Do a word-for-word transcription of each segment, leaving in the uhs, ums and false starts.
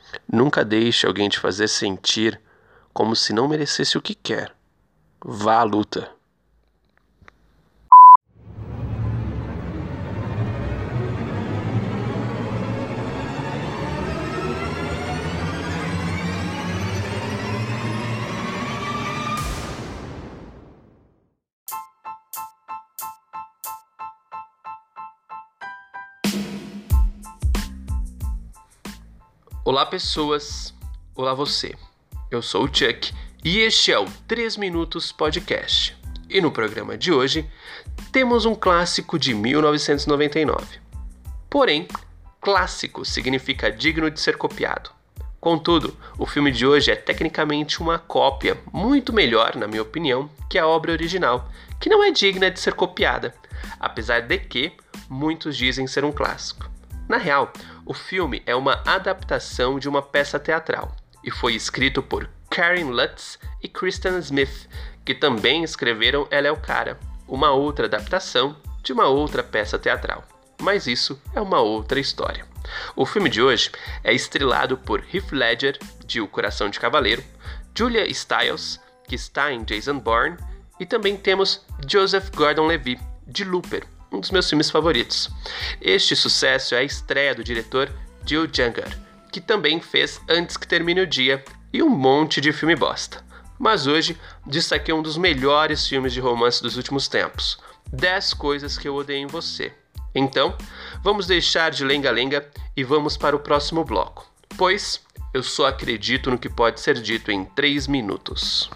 Nunca deixe alguém te fazer sentir como se não merecesse o que quer. Vá à luta. Olá, pessoas. Olá, você. Eu sou o Chuck e este é o três Minutos Podcast. E no programa de hoje temos um clássico de mil novecentos e noventa e nove. Porém, clássico significa digno de ser copiado. Contudo, o filme de hoje é tecnicamente uma cópia muito melhor, na minha opinião, que a obra original, que não é digna de ser copiada, apesar de que muitos dizem ser um clássico. Na real, o filme é uma adaptação de uma peça teatral e foi escrito por Karen Lutz e Kristen Smith, que também escreveram Ela é o Cara, uma outra adaptação de uma outra peça teatral. Mas isso é uma outra história. O filme de hoje é estrelado por Heath Ledger, de O Coração de Cavaleiro, Julia Stiles, que está em Jason Bourne, e também temos Joseph Gordon-Levitt, de Looper, um dos meus filmes favoritos. Este sucesso é a estreia do diretor Jill Junger, que também fez Antes que Termine o Dia e um monte de filme bosta. Mas hoje destaquei um dos melhores filmes de romance dos últimos tempos, dez Coisas que Eu Odeio em Você. Então, vamos deixar de lenga-lenga e vamos para o próximo bloco, pois eu só acredito no que pode ser dito em três minutos.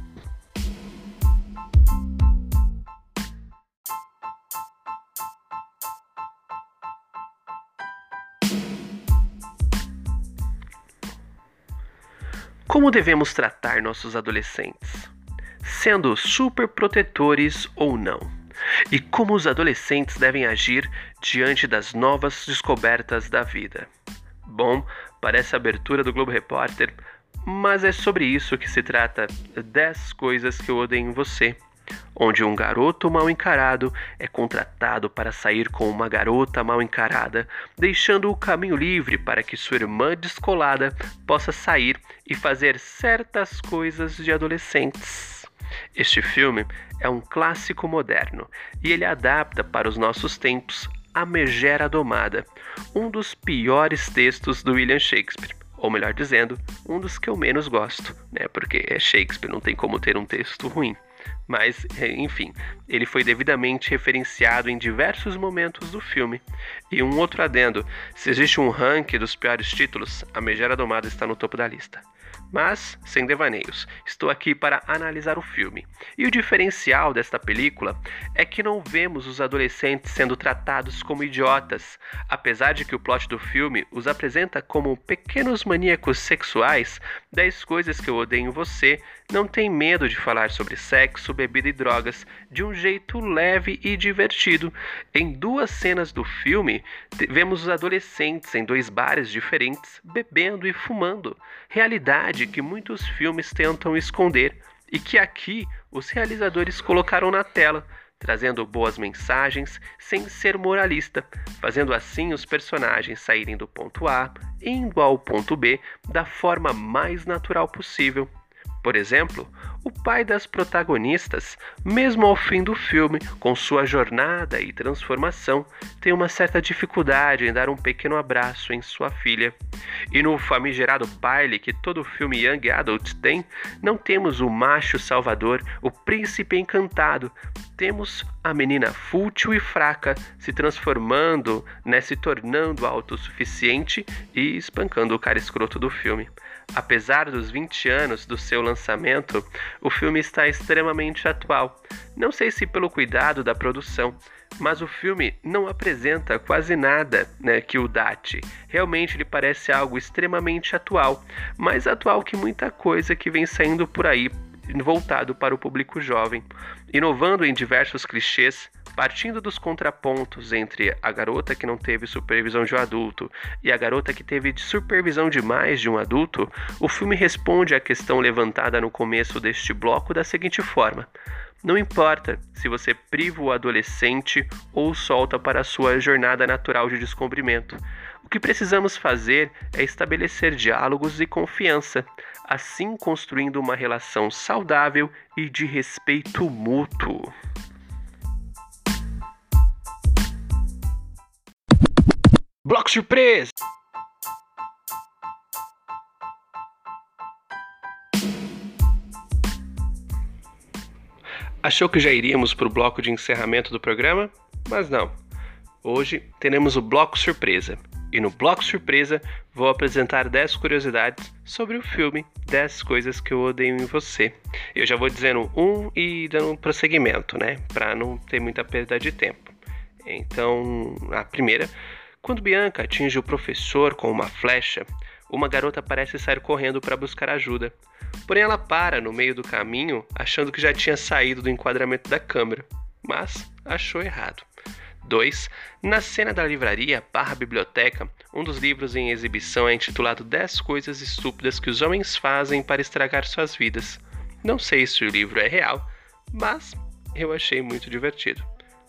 Como devemos tratar nossos adolescentes? Sendo super protetores ou não? E como os adolescentes devem agir diante das novas descobertas da vida? Bom, parece a abertura do Globo Repórter, mas é sobre isso que se trata dez Coisas que Eu Odeio em Você, onde um garoto mal encarado é contratado para sair com uma garota mal encarada, deixando o caminho livre para que sua irmã descolada possa sair e fazer certas coisas de adolescentes. Este filme é um clássico moderno e ele adapta para os nossos tempos A Megera Domada, um dos piores textos do William Shakespeare, ou melhor dizendo, um dos que eu menos gosto, né? Porque é Shakespeare, não tem como ter um texto ruim. Mas, enfim, ele foi devidamente referenciado em diversos momentos do filme. E um outro adendo, se existe um ranking dos piores títulos, A Megera Domada está no topo da lista. Mas, sem devaneios, estou aqui para analisar o filme. E o diferencial desta película é que não vemos os adolescentes sendo tratados como idiotas, apesar de que o plot do filme os apresenta como pequenos maníacos sexuais. dez Coisas que Eu Odeio em Você não tem medo de falar sobre sexo, bebida e drogas de um jeito leve e divertido. Em duas cenas do filme, vemos os adolescentes em dois bares diferentes bebendo e fumando, realidade que muitos filmes tentam esconder e que aqui os realizadores colocaram na tela, trazendo boas mensagens sem ser moralista, fazendo assim os personagens saírem do ponto A indo ao ponto B da forma mais natural possível. Por exemplo, o pai das protagonistas, mesmo ao fim do filme, com sua jornada e transformação, tem uma certa dificuldade em dar um pequeno abraço em sua filha. E no famigerado baile que todo filme Young Adult tem, não temos o macho salvador, o príncipe encantado. Temos a menina fútil e fraca se transformando, né, se tornando autossuficiente e espancando o cara escroto do filme. Apesar dos vinte anos do seu lançamento, o filme está extremamente atual. Não sei se pelo cuidado da produção, mas o filme não apresenta quase nada, né, que o date. Realmente ele parece algo extremamente atual, mais atual que muita coisa que vem saindo por aí, voltado para o público jovem, inovando em diversos clichês, partindo dos contrapontos entre a garota que não teve supervisão de um adulto e a garota que teve supervisão de mais de um adulto. O filme responde à questão levantada no começo deste bloco da seguinte forma: Não importa se você priva o adolescente ou solta para a sua jornada natural de descobrimento. O que precisamos fazer é estabelecer diálogos e confiança, assim construindo uma relação saudável e de respeito mútuo. Bloco surpresa! Achou que já iríamos para o bloco de encerramento do programa? Mas não. Hoje teremos o bloco surpresa. E no bloco surpresa vou apresentar dez curiosidades sobre o filme dez Coisas que Eu Odeio em Você. Eu já vou dizendo um e dando um prosseguimento, né? Para não ter muita perda de tempo. Então, a primeira. Quando Bianca atinge o professor com uma flecha, uma garota parece sair correndo para buscar ajuda. Porém, ela para no meio do caminho, achando que já tinha saído do enquadramento da câmera, mas achou errado. dois. Na cena da livraria barra biblioteca, um dos livros em exibição é intitulado dez Coisas Estúpidas que os Homens Fazem para Estragar Suas Vidas. Não sei se o livro é real, mas eu achei muito divertido.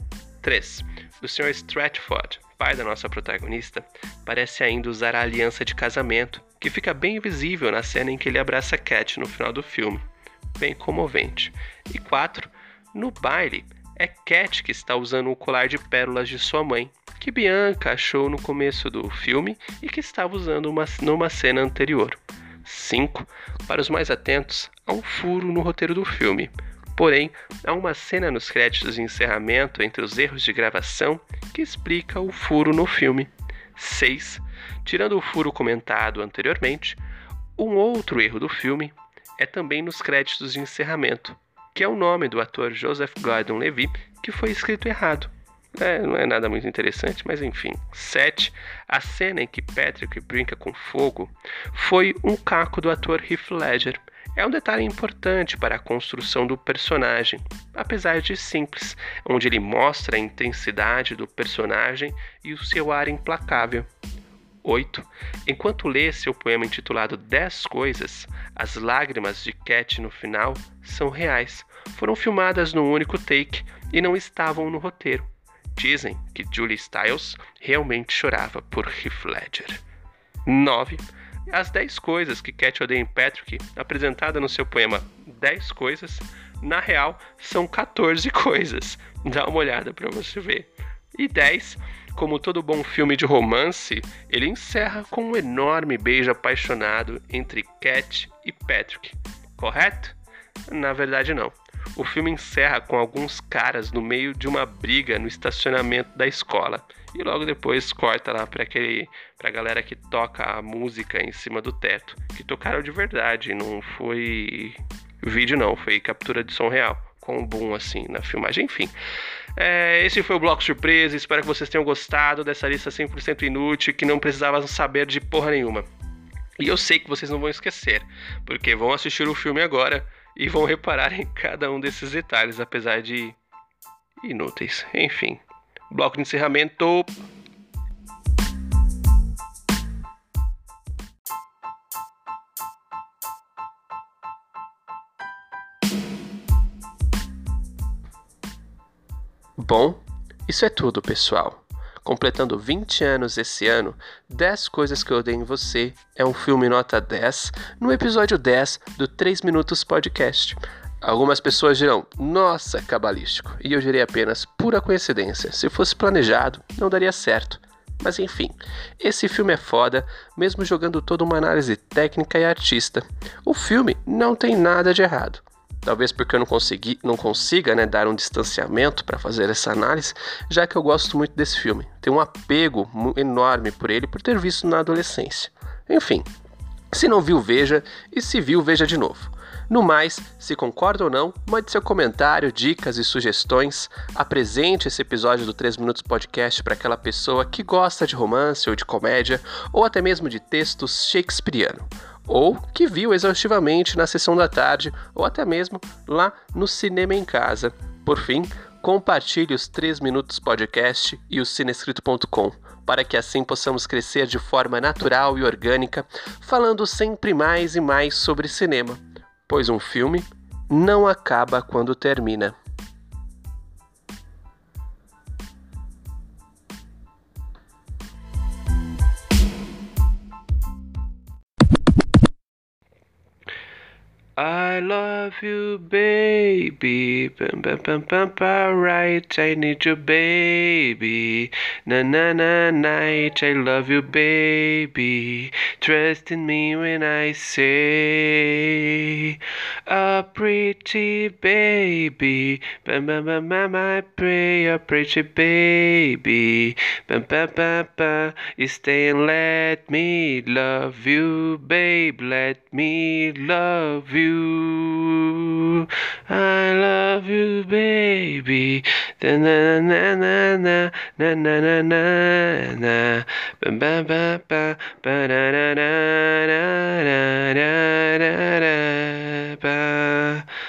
três. O senhor Stratford, pai da nossa protagonista, parece ainda usar a aliança de casamento, que fica bem visível na cena em que ele abraça Cat no final do filme. Bem comovente. E quatro. No baile, é Cat que está usando o colar de pérolas de sua mãe, que Bianca achou no começo do filme e que estava usando uma, numa cena anterior. cinco. Para os mais atentos, há um furo no roteiro do filme. Porém, há uma cena nos créditos de encerramento entre os erros de gravação que explica o furo no filme. seis. Tirando o furo comentado anteriormente, um outro erro do filme é também nos créditos de encerramento, que é o nome do ator Joseph Gordon-Levitt, que foi escrito errado. É, não é nada muito interessante, mas enfim. sete. A cena em que Patrick brinca com fogo foi um caco do ator Heath Ledger. É um detalhe importante para a construção do personagem, apesar de simples, onde ele mostra a intensidade do personagem e o seu ar implacável. oito. Enquanto lê seu poema intitulado dez Coisas, as lágrimas de Cat no final são reais. Foram filmadas num único take e não estavam no roteiro. Dizem que Julie Stiles realmente chorava por Heath Ledger. nove. As dez coisas que Cat odeia em Patrick, apresentada no seu poema dez Coisas, na real são quatorze coisas. Dá uma olhada para você ver. E dez. Como todo bom filme de romance, ele encerra com um enorme beijo apaixonado entre Cat e Patrick. Correto? Na verdade, não. O filme encerra com alguns caras no meio de uma briga no estacionamento da escola. E logo depois corta lá para aquele, pra galera que toca a música em cima do teto. Que tocaram de verdade, não foi vídeo não, foi captura de som real. Com um boom assim na filmagem, enfim. É, esse foi o Bloco Surpresa, espero que vocês tenham gostado dessa lista cem por cento inútil que não precisava saber de porra nenhuma. E eu sei que vocês não vão esquecer, porque vão assistir o filme agora e vão reparar em cada um desses detalhes, apesar de inúteis. Enfim, bloco de encerramento. Bom, isso é tudo, pessoal. Completando vinte anos esse ano, dez Coisas que Eu Odeio em Você é um filme nota dez no episódio dez do três Minutos Podcast. Algumas pessoas dirão, nossa, cabalístico, e eu direi apenas pura coincidência. Se fosse planejado, não daria certo. Mas enfim, esse filme é foda, mesmo jogando toda uma análise técnica e artista. O filme não tem nada de errado. Talvez porque eu não, consegui, não consiga né, dar um distanciamento para fazer essa análise, já que eu gosto muito desse filme. Tenho um apego enorme por ele, por ter visto na adolescência. Enfim, se não viu, veja, e se viu, veja de novo. No mais, se concorda ou não, mande seu comentário, dicas e sugestões. Apresente esse episódio do três Minutos Podcast para aquela pessoa que gosta de romance ou de comédia, ou até mesmo de textos shakespeariano. Ou que viu exaustivamente na sessão da tarde, ou até mesmo lá no Cinema em Casa. Por fim, compartilhe os três Minutos Podcast e o cinescrito ponto com, para que assim possamos crescer de forma natural e orgânica, falando sempre mais e mais sobre cinema, pois um filme não acaba quando termina. I love you, baby. Bum, bum, bum, bum, bum, right, I need you, baby. Na na na night, I love you, baby. Trust in me when I say, a pretty baby. Bum, bum, bum, bum, I pray, a pretty baby. Bum, bum, bum, bum. Stay and let me love you, babe. Let me love you. I love you, baby. Na na na na na na na na na na. Ba ba ba ba ba da da da da da da da da ba.